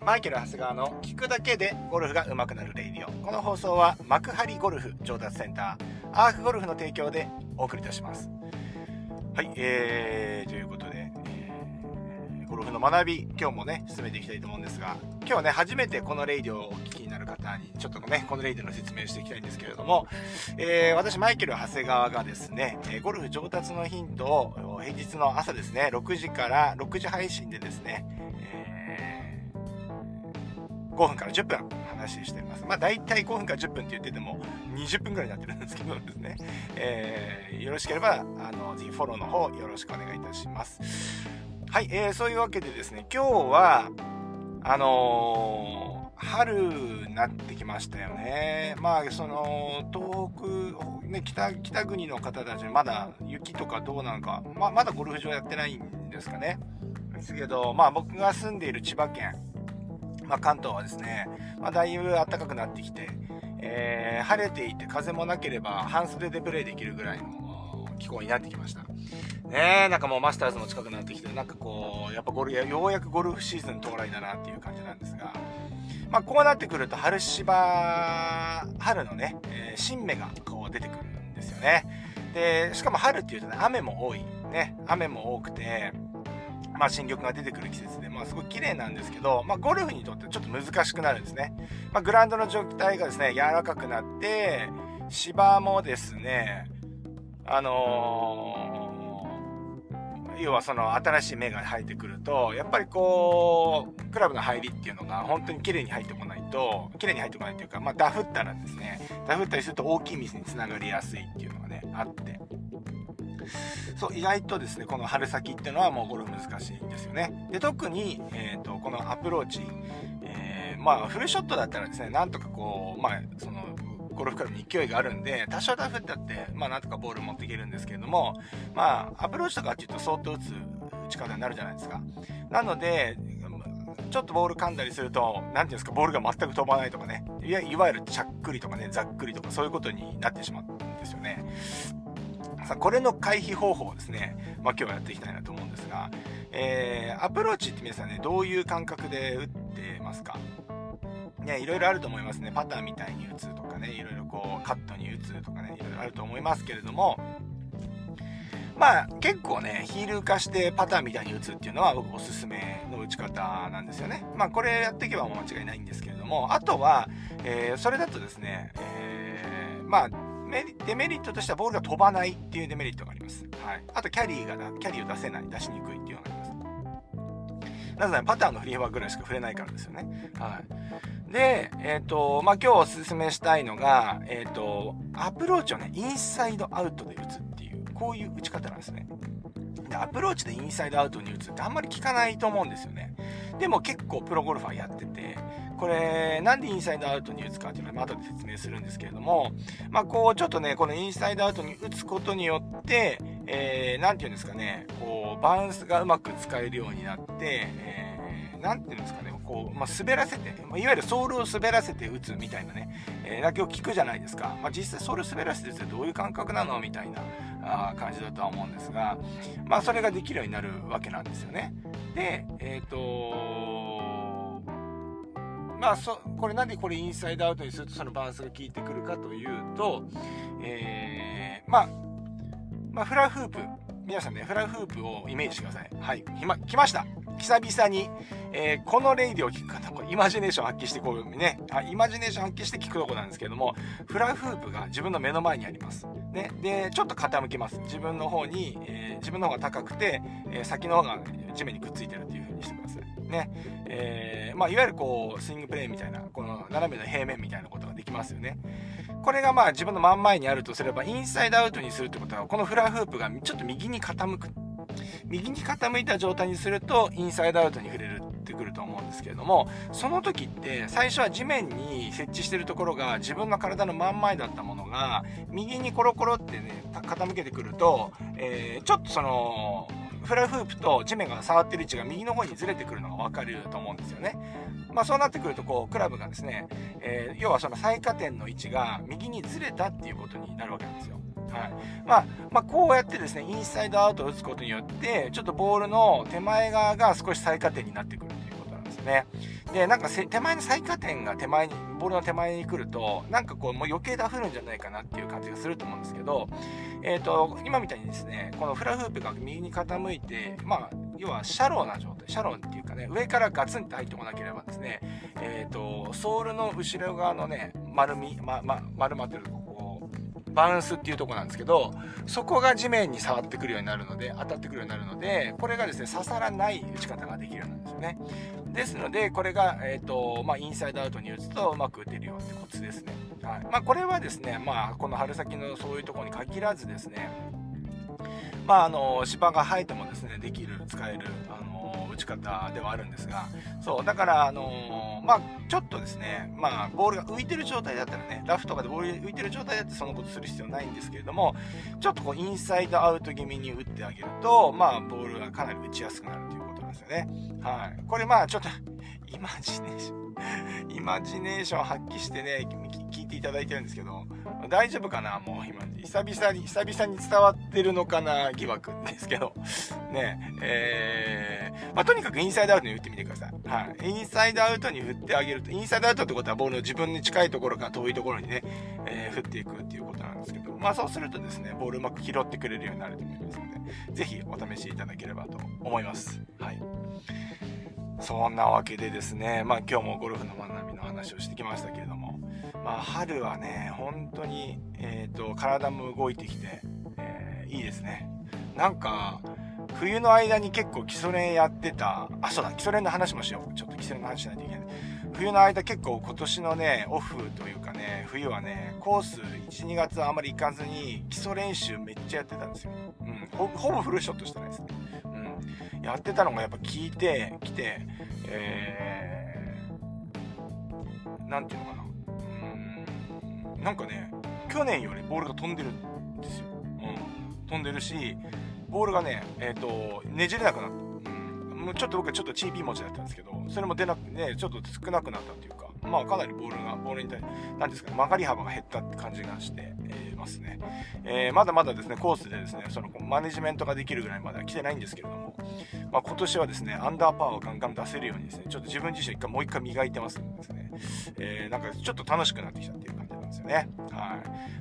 マイケル・長谷川の聞くだけでゴルフが上手くなるレイディオ。この放送は幕張ゴルフ上達センターアークゴルフの提供でお送りいたします。はい、ということで、ゴルフの学び今日もね進めていきたいと思うんですが、今日はね初めてこのレイディオをお聞きになる方にちょっとねこのレイディオの説明をしていきたいんですけれども、私マイケル・長谷川がですねゴルフ上達のヒントを平日の朝ですね6時から6時配信でですね、5分から10分話しています。まあ大体5分から10分って言ってても20分ぐらいになってるんですけどですね、よろしければぜひフォローの方よろしくお願いいたします。はい、そういうわけでですね、今日は春になってきましたよね。まあその東北ね北国の方たちまだ雪とかどうなのか、まだゴルフ場やってないんですかね。ですけど、まあ僕が住んでいる千葉県、関東はですね、だいぶ暖かくなってきて、晴れていて風もなければ半袖でプレーできるぐらいの気候になってきました。ねえ、なんかもうマスターズも近くなってきて、なんかこうやっぱようやくゴルフシーズン到来だなっていう感じなんですが、こうなってくると春のね、新芽がこう出てくるんですよね。でしかも春っていうとね雨も多くて、新緑が出てくる季節で、すごい綺麗なんですけど、ゴルフにとってちょっと難しくなるんですね。グラウンドの状態がですね柔らかくなって、芝もですね要はその新しい芽が生えてくると、やっぱりこうクラブの入りっていうのが本当に綺麗に入ってこないというか、ダフったりすると大きいミスにつながりやすいっていうのがねあって、そう意外とですねこの春先っていうのはもうゴルフ難しいんですよね。で特に、このアプローチ、フルショットだったらですねなんとかこうそのゴルフクラブに勢いがあるんで多少ダフったってなんとかボール持っていけるんですけれども、アプローチとかっていうと相当打ち方になるじゃないですか。なのでちょっとボール噛んだりするとなんていうんですか、ボールが全く飛ばないとかね、いわゆるちゃっくりとかねざっくりとかそういうことになってしまうんですよね。さあこれの回避方法をですね、今日はやっていきたいなと思うんですが、アプローチって皆さんねどういう感覚で打ってますかね。いろいろあると思いますね。パターみたいに打つとかね、いろいろこうカットに打つとかね、いろいろあると思いますけれども、結構ねヒール化してパターみたいに打つっていうのは僕おすすめの打ち方なんですよね。これやっていけばもう間違いないんですけれども、あとは、それだとですね、デメリットとしてはボールが飛ばないっていうデメリットがあります。はい。あとキャリーを出せない、出しにくいっていうのがあります。なぜならパターのフリーバーぐらいしか触れないからですよね。はい。で、今日おすすめしたいのが、アプローチをね、インサイドアウトで打つっていう、こういう打ち方なんですね。で、アプローチでインサイドアウトに打つってあんまり聞かないと思うんですよね。でも結構プロゴルファーやってて、これなんでインサイドアウトに打つかっていうのは後で説明するんですけれども、こうちょっとねこのインサイドアウトに打つことによって、なんていうんですかね、こうバウンスがうまく使えるようになって、なんていうんですかね、こう滑らせて、いわゆるソールを滑らせて打つみたいなね、だけを聞くじゃないですか。実際ソール滑らせて打つってどういう感覚なのみたいな感じだとは思うんですが、それができるようになるわけなんですよね。でこれなんでこれインサイドアウトにするとそのバランスが効いてくるかというと、フラフープ、皆さんねフラフープをイメージしてください。はい、来ました。久々に、このレイディを聞く方もイマジネーション発揮してこうね、イマジネーション発揮して聞くとこなんですけれども、フラフープが自分の目の前にありますね。でちょっと傾けます。自分の方が高くて、先の方が地面にくっついてるっていう風にしてくださいね。いわゆるこうスイングプレーみたいなこの斜めの平面みたいなことができますよね。これが自分の真ん前にあるとすれば、インサイドアウトにするってことはこのフラフープがちょっと右に傾いた状態にするとインサイドアウトに触れるってくると思うんですけれども、その時って最初は地面に設置してるところが自分の体の真ん前だったものが右にコロコロってね傾けてくると、ちょっとそのフラフープと地面が触ってる位置が右の方にずれてくるのが分かると思うんですよね。そうなってくるとこうクラブがですね、要はその最下点の位置が右にずれたっていうことになるわけなんですよ。はい。こうやってですねインサイドアウトを打つことによってちょっとボールの手前側が少し最下点になってくるということなんですね。 で、なんか手前の最下点がボールの手前に来ると、なんかこう、もう余計ダフるんじゃないかなっていう感じがすると思うんですけど、今みたいにですね、このフラフープが右に傾いて、まあ、要はシャローな状態、シャローっていうかね、上からガツンって入ってこなければですね、ソールの後ろ側のね、丸まってるバウンスっていうところなんですけど、そこが地面に触ってくるようになるので、当たってくるようになるので、これがですね、刺さらない打ち方ができるようになるんですよね。ですので、これが、インサイドアウトに打つとうまく打てるよってコツですね。はい。まあ、これはですね、まあ、この春先のそういうところに限らずですね、まあ、芝が生えてもですね、使える、打ち方ではあるんですが、そう、だから、まあ、ちょっとですね、まあ、ボールが浮いてる状態だったらね、ラフとかでボール浮いてる状態だってそのことする必要ないんですけれども、ちょっとこう、インサイドアウト気味に打ってあげると、まあ、ボールがかなり打ちやすくなるということなんですよね。はい。これまあ、ちょっと、イマジネーション発揮してね、聞いていただいてるんですけど、大丈夫かな、もう今、久々に伝わってるのかな疑惑ですけど、ね、まあ、とにかくインサイドアウトに打ってみてください。はい。インサイドアウトに振ってあげると、インサイドアウトってことはボールの自分に近いところから遠いところにね、振っていくっていうことなんですけど、まあそうするとですね、ボールうまく拾ってくれるようになると思いますので、ぜひお試しいただければと思います。はい。そんなわけでですね、まあ今日もゴルフの学びの話をしてきましたけれども、まあ春はね、本当に、体も動いてきて、いいですね。なんか、冬の間に結構基礎練やってた、そうだ、基礎練の話もしよう。ちょっと基礎練の話しないといけない。冬の間結構今年のね、オフというかね、冬はね、コース1、2月はあまり行かずに、基礎練習めっちゃやってたんですよ。うん。ほぼフルショットしてないですね。うん。やってたのがやっぱ効いてきて、なんていうのかな。なんかね、去年よりボールが飛んでるんですよ。うん。飛んでるし、ボールがね、ねじれなくなった。もうちょっと僕はちょっとチーピー持ちだったんですけど、それも出なくね、ちょっと少なくなったっていうか、まあかなりボールに対して、なんですかね、曲がり幅が減ったって感じがして、ますね。まだまだですね、コースでですね、そのマネジメントができるぐらいまでは来てないんですけれども、まあ今年はですね、アンダーパワーをガンガン出せるようにですね、ちょっと自分自身もう一回磨いてますんでですね、なんかちょっと楽しくなってきたっていう感じなんですよね。はい。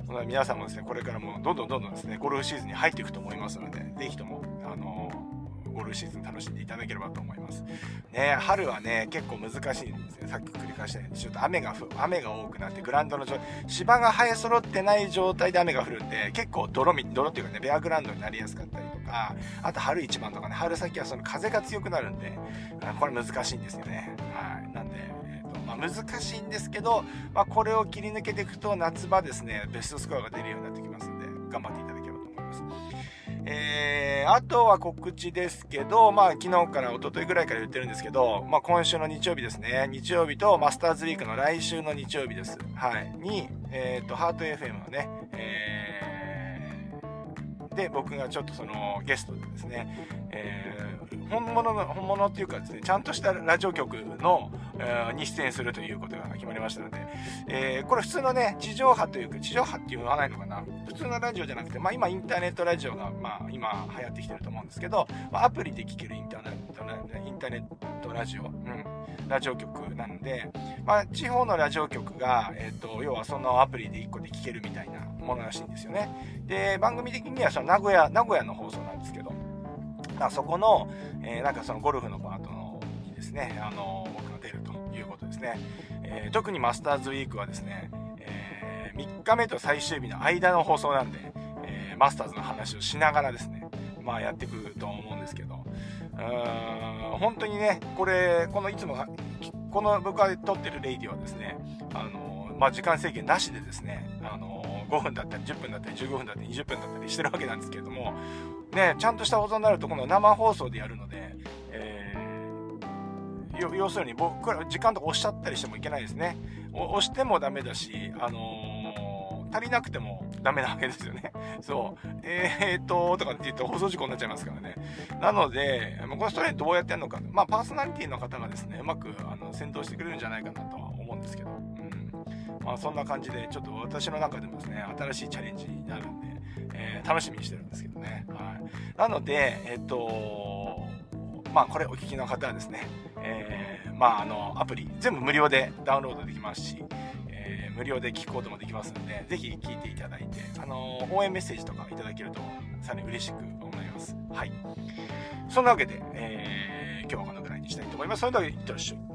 その皆さんもですね、これからもどんどんですね、ゴルフシーズンに入っていくと思いますので、ぜひとも、ゴルフシーズン楽しんでいただければと思います。ね、春はね、結構難しいんですね。さっき繰り返したように、ちょっと雨が多くなって、グラウンドの芝が生え揃ってない状態で雨が降るんで、結構泥っていうかね、ベアグラウンドになりやすかったりとか、あと春一番とかね、春先はその風が強くなるんで、これ難しいんですよね。はい。なんで、まあ、難しいんですけど、まあ、これを切り抜けていくと夏場ですね、ベストスコアが出るようになってきますんで、頑張っていただければと思います。あとは告知ですけど、まあ昨日から一昨日ぐらいから言ってるんですけど、まあ今週の日曜日ですね。日曜日とマスターズウィークの来週の日曜日です。はい。に、ハート FM のね、で、僕がちょっとそのゲストでですね、本物っていうかですね、ちゃんとしたラジオ局の、に出演するということが決まりましたので、これ普通のね、地上波って言わないのかな。普通のラジオじゃなくて、まあ今インターネットラジオが、まあ今流行ってきてると思うんですけど、まあ、アプリで聴けるインターネットラジオ、ラジオ局なので、まあ地方のラジオ局が、要はそのアプリで1個で聴けるみたいなものらしいんですよね。で、番組的にはその名古屋の放送なんですけど、そこの、なんかそのゴルフのパートにですね、僕が出るということですね。特にマスターズウィークはですね、3日目と最終日の間の放送なんで、マスターズの話をしながらですね、まあやっていくと思うんですけど、本当にね、いつもこの僕が撮ってるレイディはですね、まあ時間制限なしでですね、5分だったり10分だったり15分だったり20分だったりしてるわけなんですけれども、ね、ちゃんとした放送になるとこの生放送でやるので、要するに僕ら時間とか押しちゃったりしてもいけないですね。押してもダメだし、足りなくてもダメなわけですよね。そう。とかって言うと放送事故になっちゃいますからね。なので、このストレートどうやってやるのか。まあ、パーソナリティの方がですね、うまく先導してくれるんじゃないかなとは思うんですけど。まあ、そんな感じで、ちょっと私の中でもですね、新しいチャレンジになるんで、楽しみにしてるんですけどね。はい。なので、 まあこれお聞きの方はですね、アプリ全部無料でダウンロードできますし、無料で聞くこともできますので、ぜひ聞いていただいて、応援メッセージとかいただけるとさらに嬉しく思います。はい。そんなわけで、今日はこのぐらいにしたいと思います。それでは、いってらっしゃい。